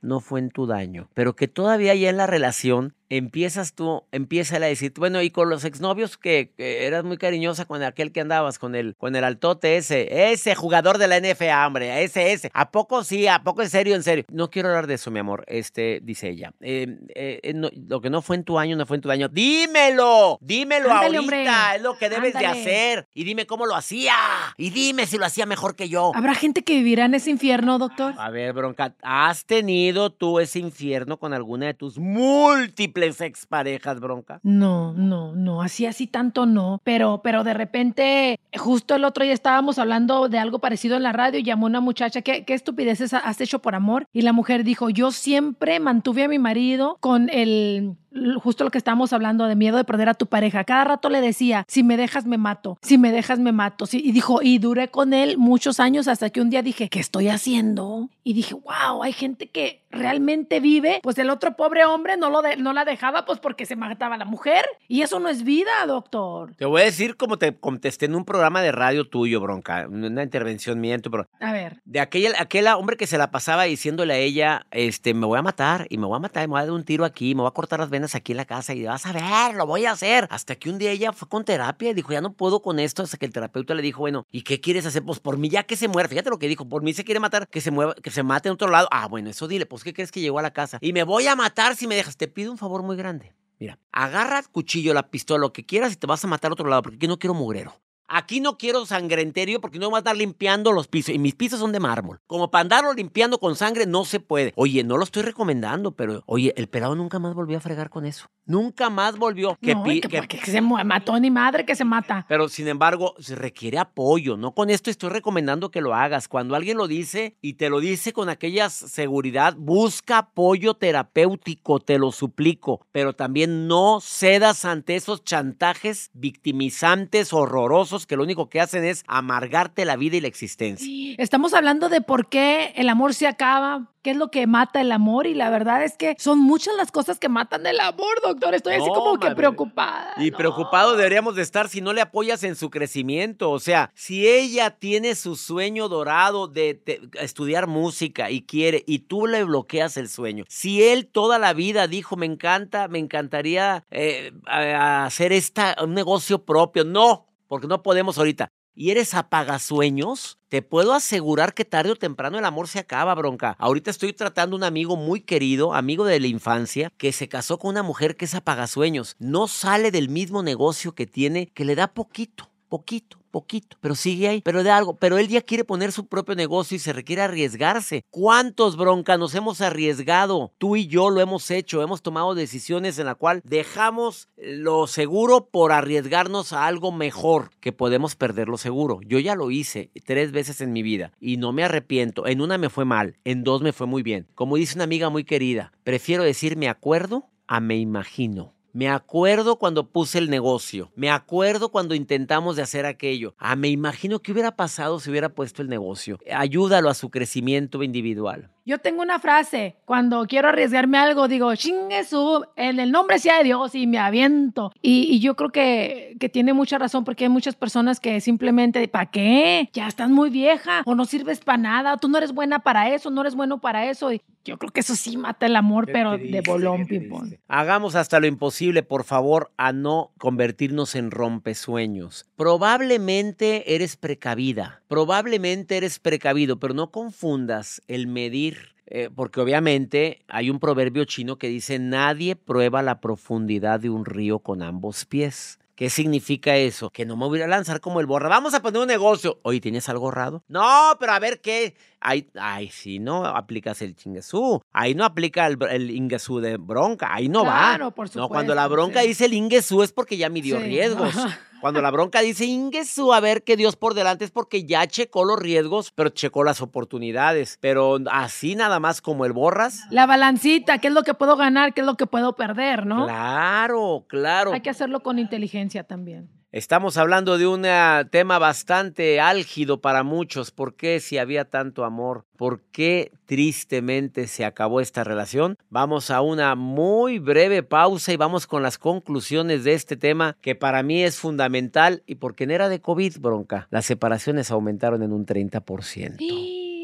no fue en tu daño, pero que todavía ya en la relación empiezas tú, empieza él a decir, bueno, y con los exnovios que, que eras muy cariñosa con aquel que andabas, con el, con el altote ese, ese jugador de la N F A, hombre, ese, ese, ¿a poco sí? ¿A poco en serio, en serio? No quiero hablar de eso, mi amor, este, dice ella, eh, eh, no, lo que no fue en tu año, no fue en tu daño, dímelo, dímelo Ándale, ahorita, hombre. es lo que debes Ándale. de hacer, y dime cómo lo hacía, y dime si lo hacía mejor que yo. ¿Habrá gente que vivirá en ese infierno, doctor? A ver, Bronca, ¿has tenido tú ese infierno con alguna de tus múltiples exparejas, Bronca? No, no, no, así, así tanto no, pero, pero de repente, justo el otro día estábamos hablando de algo parecido en la radio y llamó una muchacha, ¿qué, qué estupideces has hecho por amor? Y la mujer dijo, yo siempre mantuve a mi marido con el... justo lo que estábamos hablando de miedo de perder a tu pareja. Cada rato le decía, si me dejas me mato, si me dejas me mato. Sí, y dijo, y duré con él muchos años hasta que un día dije, ¿qué estoy haciendo? Y dije, wow, hay gente que realmente vive. Pues el otro pobre hombre no, lo de, no la dejaba pues porque se mataba a la mujer. Y eso no es vida, doctor. Te voy a decir como te contesté en un programa de radio tuyo, Bronca, una intervención mía en tu programa. A ver. De aquel, aquel hombre que se la pasaba diciéndole a ella, este, me voy a matar, y me voy a matar, y me voy a dar un tiro aquí, me voy a cortar las venas aquí en la casa, y vas a ver, lo voy a hacer. Hasta que un día ella fue con terapia y dijo, ya no puedo con esto, hasta que el terapeuta le dijo, bueno, ¿y qué quieres hacer? Pues por mí ya que se muera. Fíjate lo que dijo, por mí se quiere matar, que se mueva, que se mate en otro lado. Ah, bueno, eso dile, pues ¿qué crees que llegó a la casa? Y me voy a matar si me dejas. Te pido un favor muy grande. Mira, agarra el cuchillo, la pistola, lo que quieras y te vas a matar a otro lado, porque aquí no quiero mugrero. Aquí no quiero sangrenterio porque no voy a estar limpiando los pisos. Y mis pisos son de mármol. Como para andarlo limpiando con sangre no se puede. Oye, no lo estoy recomendando, pero... Oye, el pelado nunca más volvió a fregar con eso. Nunca más volvió. Que no, pi- que, que- que, que se mu- mató ni madre que se mata. Pero, sin embargo, se requiere apoyo. No con esto estoy recomendando que lo hagas. Cuando alguien lo dice y te lo dice con aquella seguridad, busca apoyo terapéutico, te lo suplico. Pero también no cedas ante esos chantajes victimizantes, horrorosos, que lo único que hacen es amargarte la vida y la existencia. Estamos hablando de por qué el amor se acaba, qué es lo que mata el amor, y la verdad es que son muchas las cosas que matan el amor, doctor. Estoy así No, como que madre. preocupada. Y no. preocupado deberíamos de estar si no le apoyas en su crecimiento. O sea, si ella tiene su sueño dorado de, de estudiar música y quiere, y tú le bloqueas el sueño. Si él toda la vida dijo, me encanta, me encantaría eh, a- a hacer esta, un negocio propio. No, porque no podemos ahorita. Y eres apagasueños, te puedo asegurar que tarde o temprano el amor se acaba, Bronca. Ahorita estoy tratando un amigo muy querido, amigo de la infancia, que se casó con una mujer que es apagasueños. No sale del mismo negocio que tiene, que le da poquito, poquito, poquito, pero sigue ahí, pero de algo. Pero él ya quiere poner su propio negocio y se requiere arriesgarse. ¿Cuántos, Bronca, nos hemos arriesgado? Tú y yo lo hemos hecho, hemos tomado decisiones en la cual dejamos lo seguro por arriesgarnos a algo mejor, que podemos perder lo seguro. Yo ya lo hice tres veces en mi vida y no me arrepiento. En una me fue mal, en dos me fue muy bien. Como dice una amiga muy querida, prefiero decir me acuerdo a me imagino. Me acuerdo cuando puse el negocio. Me acuerdo cuando intentamos de hacer aquello. Ah, me imagino qué hubiera pasado si hubiera puesto el negocio. Ayúdalo a su crecimiento individual. Yo tengo una frase, cuando quiero arriesgarme a algo, digo, chingue su, en el nombre sea de Dios, y me aviento. Y, y yo creo que, que tiene mucha razón, porque hay muchas personas que simplemente, ¿para qué? Ya estás muy vieja, o no sirves para nada, tú no eres buena para eso, no eres bueno para eso. Y yo creo que eso sí mata el amor, Qué pero triste, de bolón, qué ping-pong. triste. Hagamos hasta lo imposible, por favor, a no convertirnos en rompesueños. Probablemente eres precavida, probablemente eres precavido, pero no confundas el medir. Eh, porque obviamente hay un proverbio chino que dice, nadie prueba la profundidad de un río con ambos pies. ¿Qué significa eso? Que no me voy a lanzar como el borra. Vamos a poner un negocio. Oye, ¿tienes algo ahorrado? No, pero a ver qué. Ay, ay, si no aplicas el chinguesú. Ahí no aplica el, el inguesú de Bronca. Ahí no Claro, va. por No, supuesto, cuando la Bronca sí. dice el inguesú es porque ya midió Sí. riesgos. Cuando la Bronca dice inguesú, a ver qué Dios por delante, es porque ya checó los riesgos, pero checó las oportunidades. Pero así nada más como el borras. La balancita, ¿qué es lo que puedo ganar? ¿Qué es lo que puedo perder? ¿no? Claro, claro. Hay que hacerlo con inteligencia también. Estamos hablando de un uh, tema bastante álgido para muchos. ¿Por qué si había tanto amor? ¿Por qué tristemente se acabó esta relación? Vamos a una muy breve pausa y vamos con las conclusiones de este tema que para mí es fundamental y porque en era de COVID, Bronca, las separaciones aumentaron en un treinta por ciento. Sí.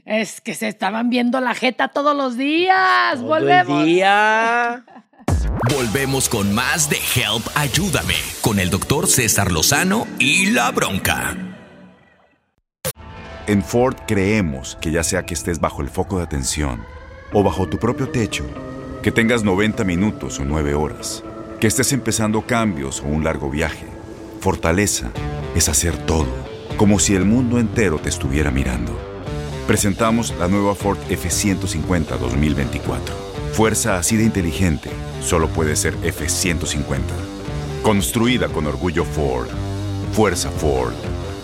Es que se estaban viendo la jeta todos los días. Todo Volvemos. el día. Volvemos con más de Help, Ayúdame, con el doctor César Lozano y La Bronca. En Ford creemos que ya sea que estés bajo el foco de atención o bajo tu propio techo, que tengas noventa minutos o nueve horas, que estés empezando cambios o un largo viaje, fortaleza es hacer todo, como si el mundo entero te estuviera mirando. Presentamos la nueva Ford F ciento cincuenta dos mil veinticuatro. Fuerza así de inteligente solo puede ser F ciento cincuenta. Construida con orgullo Ford. Fuerza Ford.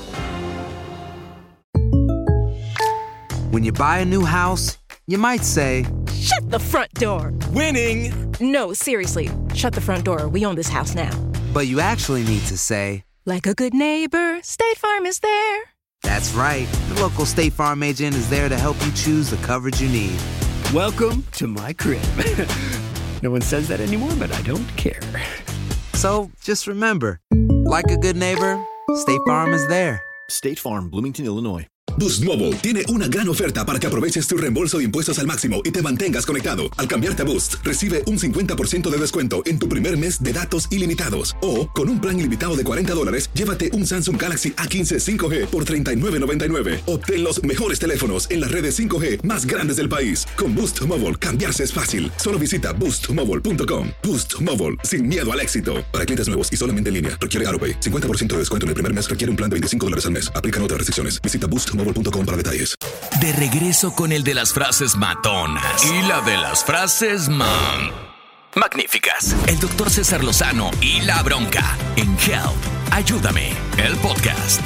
When you buy a new house, you might say, Shut the front door! Winning! No, seriously, shut the front door. We own this house now. but you actually need to say, Like a good neighbor, State Farm is there. That's right. The local State Farm agent is there to help you choose the coverage you need. Welcome to my crib. No one says that anymore, but I don't care. So just remember, like a good neighbor, State Farm is there. State Farm, Bloomington, Illinois. Boost Mobile tiene una gran oferta para que aproveches tu reembolso de impuestos al máximo y te mantengas conectado. Al cambiarte a Boost, recibe un cincuenta por ciento de descuento en tu primer mes de datos ilimitados. O, con un plan ilimitado de cuarenta dólares, llévate un Samsung Galaxy A quince cinco G por treinta y nueve noventa y nueve. Obtén los mejores teléfonos en las redes cinco G más grandes del país. Con Boost Mobile, cambiarse es fácil. Solo visita boost mobile punto com. Boost Mobile, sin miedo al éxito. Para clientes nuevos y solamente en línea, requiere AutoPay. cincuenta por ciento de descuento en el primer mes requiere un plan de veinticinco dólares al mes. Aplican otras restricciones. Visita boost mobile punto com para detalles. De regreso con el de las frases matonas y la de las frases man. Magníficas. El doctor César Lozano y La Bronca en Help, Ayúdame, el podcast.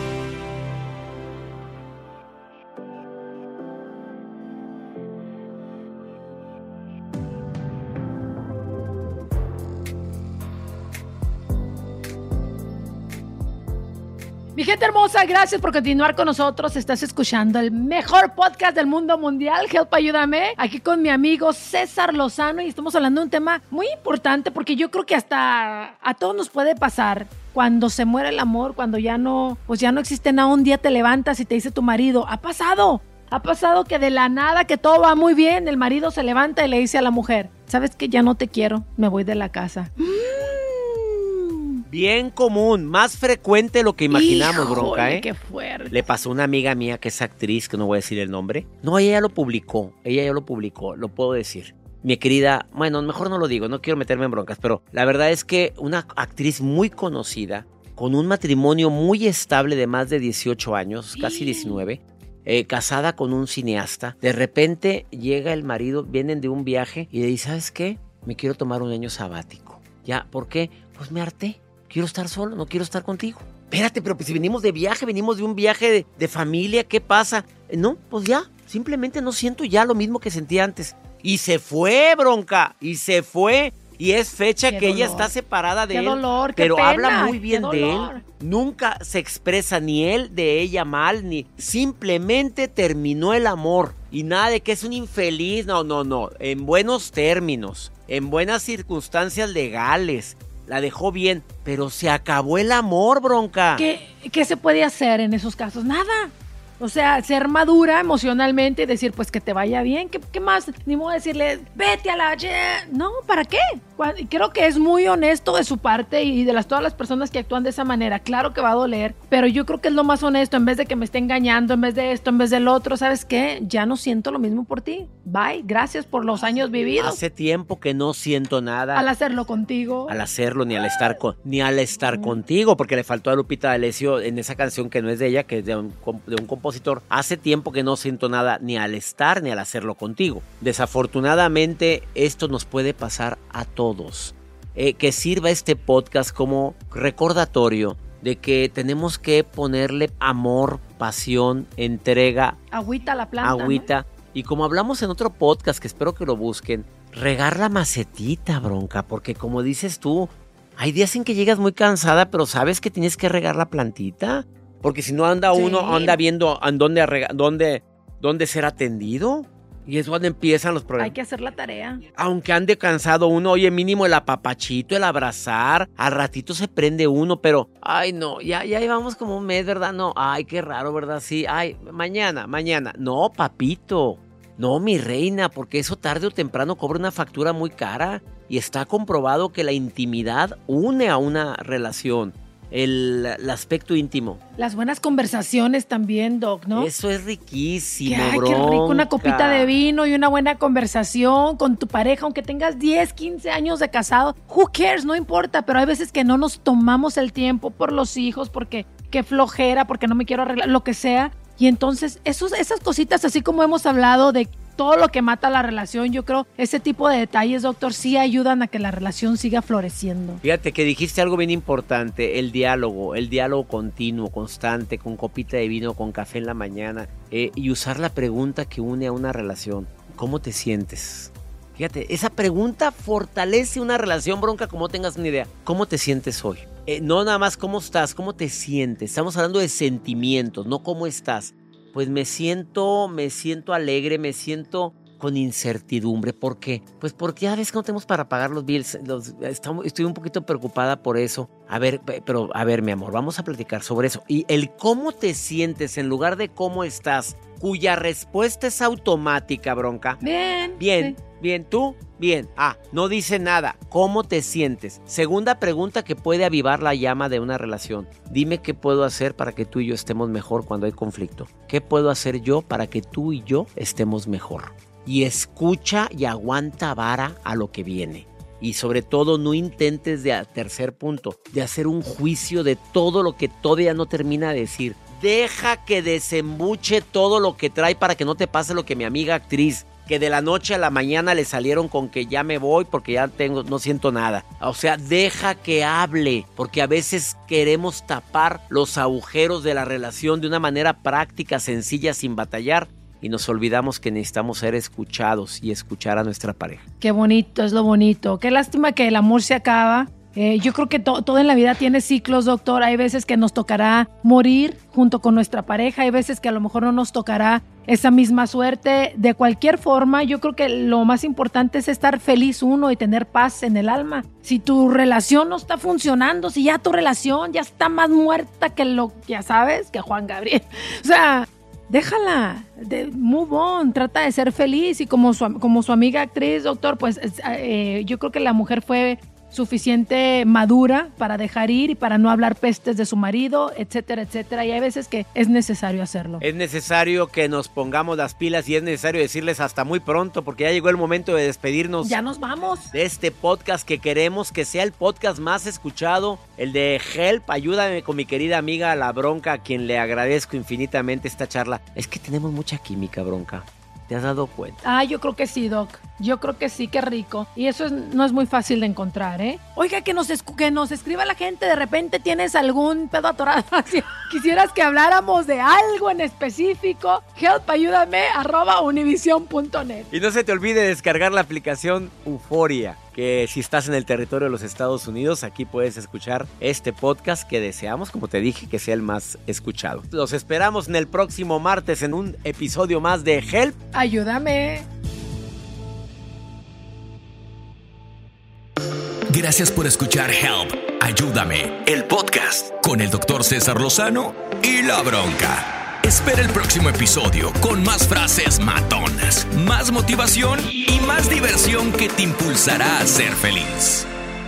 Mi gente hermosa, gracias por continuar con nosotros. Estás escuchando el mejor podcast del mundo mundial, Help, Ayúdame, aquí con mi amigo César Lozano, y estamos hablando de un tema muy importante porque yo creo que hasta a todos nos puede pasar cuando se muere el amor, cuando ya no, pues ya no existe nada. Un día te levantas y te dice tu marido, ha pasado, ha pasado que de la nada, que todo va muy bien, el marido se levanta y le dice a la mujer, ¿sabes qué? Ya no te quiero, me voy de la casa. Bien común, más frecuente de lo que imaginamos, Híjole, Bronca, ¿eh? Qué fuerte. Le pasó a una amiga mía que es actriz, que no voy a decir el nombre. No, ella ya lo publicó, ella ya lo publicó, lo puedo decir. Mi querida, bueno, mejor no lo digo, no quiero meterme en broncas, pero la verdad es que una actriz muy conocida, con un matrimonio muy estable de más de dieciocho años, casi diecinueve, eh, casada con un cineasta, de repente llega el marido, vienen de un viaje y le dice, ¿sabes qué? Me quiero tomar un año sabático. ¿Ya? ¿Por qué? Pues me harté. Quiero estar solo, no quiero estar contigo. Espérate, pero pues si venimos de viaje, venimos de un viaje de, de familia, ¿qué pasa? No, pues ya, simplemente no siento ya lo mismo que sentía antes. Y se fue, Bronca, y se fue. Y es fecha Qué que dolor. ella está separada de Qué él. dolor, qué pero pena, habla muy qué bien de dolor. él. Nunca se expresa ni él de ella mal, ni simplemente terminó el amor. Y nada de que es un infeliz, no, no, no. En buenos términos, en buenas circunstancias legales. La dejó bien, pero se acabó el amor, Bronca. ¿Qué, ¿Qué se puede hacer en esos casos? Nada. O sea, ser madura emocionalmente y decir, pues que te vaya bien. ¿Qué, qué más? Ni modo decirle, vete a la... No, ¿para qué? Creo que es muy honesto de su parte y de las, todas las personas que actúan de esa manera. Claro que va a doler, pero yo creo que es lo más honesto. En vez de que me esté engañando, en vez de esto, en vez del otro, ¿sabes qué? Ya no siento lo mismo por ti. Bye, gracias por los años vividos. Hace tiempo que no siento nada. Al hacerlo contigo. Al hacerlo, ni al estar con, ni al estar mm. contigo, porque le faltó a Lupita D'Alessio en esa canción que no es de ella, que es de un, de un compositor. Hace tiempo que no siento nada ni al estar ni al hacerlo contigo. Desafortunadamente, esto nos puede pasar a todos. Eh, que sirva este podcast como recordatorio de que tenemos que ponerle amor, pasión, entrega. Agüita a la planta. Agüita. ¿No? Y como hablamos en otro podcast, que espero que lo busquen, regar la macetita, Bronca, porque como dices tú, hay días en que llegas muy cansada, pero sabes que tienes que regar la plantita. Porque si no anda uno, sí. anda viendo en dónde, dónde, dónde ser atendido. Y es cuando empiezan los problemas. Hay que hacer la tarea. Aunque ande cansado uno, oye, mínimo el apapachito, el abrazar, al ratito se prende uno, pero, ay, no, ya, ya llevamos como un mes, ¿verdad? No, ay, qué raro, ¿verdad? Sí, ay, mañana, mañana. No, papito, no, mi reina, porque eso tarde o temprano cobra una factura muy cara y está comprobado que la intimidad une a una relación. El, el aspecto íntimo. Las buenas conversaciones también, Doc, ¿no? Eso es riquísimo, que, ay, bronca. Qué rico, una copita de vino y una buena conversación con tu pareja, aunque tengas diez, quince años de casado. Who cares? No importa, pero hay veces que no nos tomamos el tiempo por los hijos, porque qué flojera, porque no me quiero arreglar, lo que sea. Y entonces, esos, esas cositas, así como hemos hablado de todo lo que mata la relación, yo creo, ese tipo de detalles, doctor, sí ayudan a que la relación siga floreciendo. Fíjate que dijiste algo bien importante, el diálogo, el diálogo continuo, constante, con copita de vino, con café en la mañana, eh, y usar la pregunta que une a una relación. ¿Cómo te sientes? Fíjate, esa pregunta fortalece una relación, bronca, como tengas una idea. ¿Cómo te sientes hoy? Eh, no nada más cómo estás, cómo te sientes. Estamos hablando de sentimientos, no cómo estás. Pues me siento, me siento alegre, me siento con incertidumbre. ¿Por qué? Pues porque ya ves que no tenemos para pagar los bills. Los, estamos, estoy un poquito preocupada por eso. A ver, pero a ver, mi amor, vamos a platicar sobre eso. Y el cómo te sientes en lugar de cómo estás, cuya respuesta es automática, bronca. Bien. Bien, sí. bien, tú, bien. Ah, no dice nada. ¿Cómo te sientes? Segunda pregunta que puede avivar la llama de una relación. Dime qué puedo hacer para que tú y yo estemos mejor cuando hay conflicto. ¿Qué puedo hacer yo para que tú y yo estemos mejor? Y escucha y aguanta vara a lo que viene. Y sobre todo no intentes, de tercer punto, de hacer un juicio de todo lo que todavía no termina de decir. Deja que desembuche todo lo que trae para que no te pase lo que mi amiga actriz, que de la noche a la mañana le salieron con que ya me voy porque ya tengo, no siento nada. O sea, deja que hable, porque a veces queremos tapar los agujeros de la relación de una manera práctica, sencilla, sin batallar. Y nos olvidamos que necesitamos ser escuchados y escuchar a nuestra pareja. Qué bonito, es lo bonito. Qué lástima que el amor se acaba. Eh, yo creo que to- todo en la vida tiene ciclos, doctor. Hay veces que nos tocará morir junto con nuestra pareja. Hay veces que a lo mejor no nos tocará esa misma suerte. De cualquier forma, yo creo que lo más importante es estar feliz uno y tener paz en el alma. Si tu relación no está funcionando, si ya tu relación ya está más muerta que lo que ya sabes, que Juan Gabriel. O sea... déjala, de, move on, trata de ser feliz y como su, como su amiga actriz, doctor, pues eh, yo creo que la mujer fue suficiente madura para dejar ir y para no hablar pestes de su marido, etcétera, etcétera. Y hay veces que es necesario hacerlo. Es necesario que nos pongamos las pilas y es necesario decirles hasta muy pronto porque ya llegó el momento de despedirnos. Ya nos vamos. De este podcast que queremos que sea el podcast más escuchado, el de Help. Ayúdame con mi querida amiga La Bronca, a quien le agradezco infinitamente esta charla. Es que tenemos mucha química, Bronca. ¿Te has dado cuenta? Ah, yo creo que sí, Doc. Yo creo que sí, qué rico. Y eso es, no es muy fácil de encontrar, ¿eh? Oiga, que nos, escu- que nos escriba la gente. De repente tienes algún pedo atorado. Si quisieras que habláramos de algo en específico, help, ayúdame, arroba univision punto net. Y no se te olvide descargar la aplicación Euforia, que si estás en el territorio de los Estados Unidos, aquí puedes escuchar este podcast que deseamos, como te dije, que sea el más escuchado. Los esperamos en el próximo martes en un episodio más de Help. Ayúdame. Gracias por escuchar Help, Ayúdame, el podcast con el doctor César Lozano y La Bronca. Espera el próximo episodio con más frases matonas, más motivación y más diversión que te impulsará a ser feliz.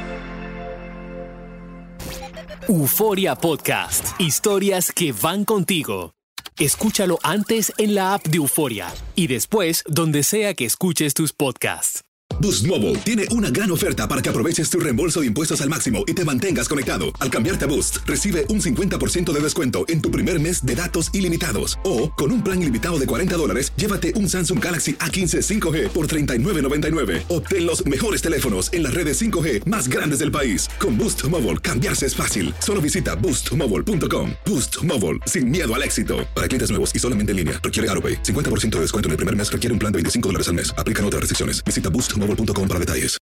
Euforia Podcast. Historias que van contigo. Escúchalo antes en la app de Euforia y después donde sea que escuches tus podcasts. Boost Mobile tiene una gran oferta para que aproveches tu reembolso de impuestos al máximo y te mantengas conectado. Al cambiarte a Boost, recibe un cincuenta por ciento de descuento en tu primer mes de datos ilimitados. O, con un plan ilimitado de cuarenta dólares, llévate un Samsung Galaxy A quince cinco G por treinta y nueve noventa y nueve. Obtén los mejores teléfonos en las redes cinco G más grandes del país. Con Boost Mobile, cambiarse es fácil. Solo visita boost mobile punto com. Boost Mobile, sin miedo al éxito. Para clientes nuevos y solamente en línea, requiere AutoPay. cincuenta por ciento de descuento en el primer mes, requiere un plan de veinticinco dólares al mes. Aplican otras restricciones. Visita boost mobile punto com para detalles.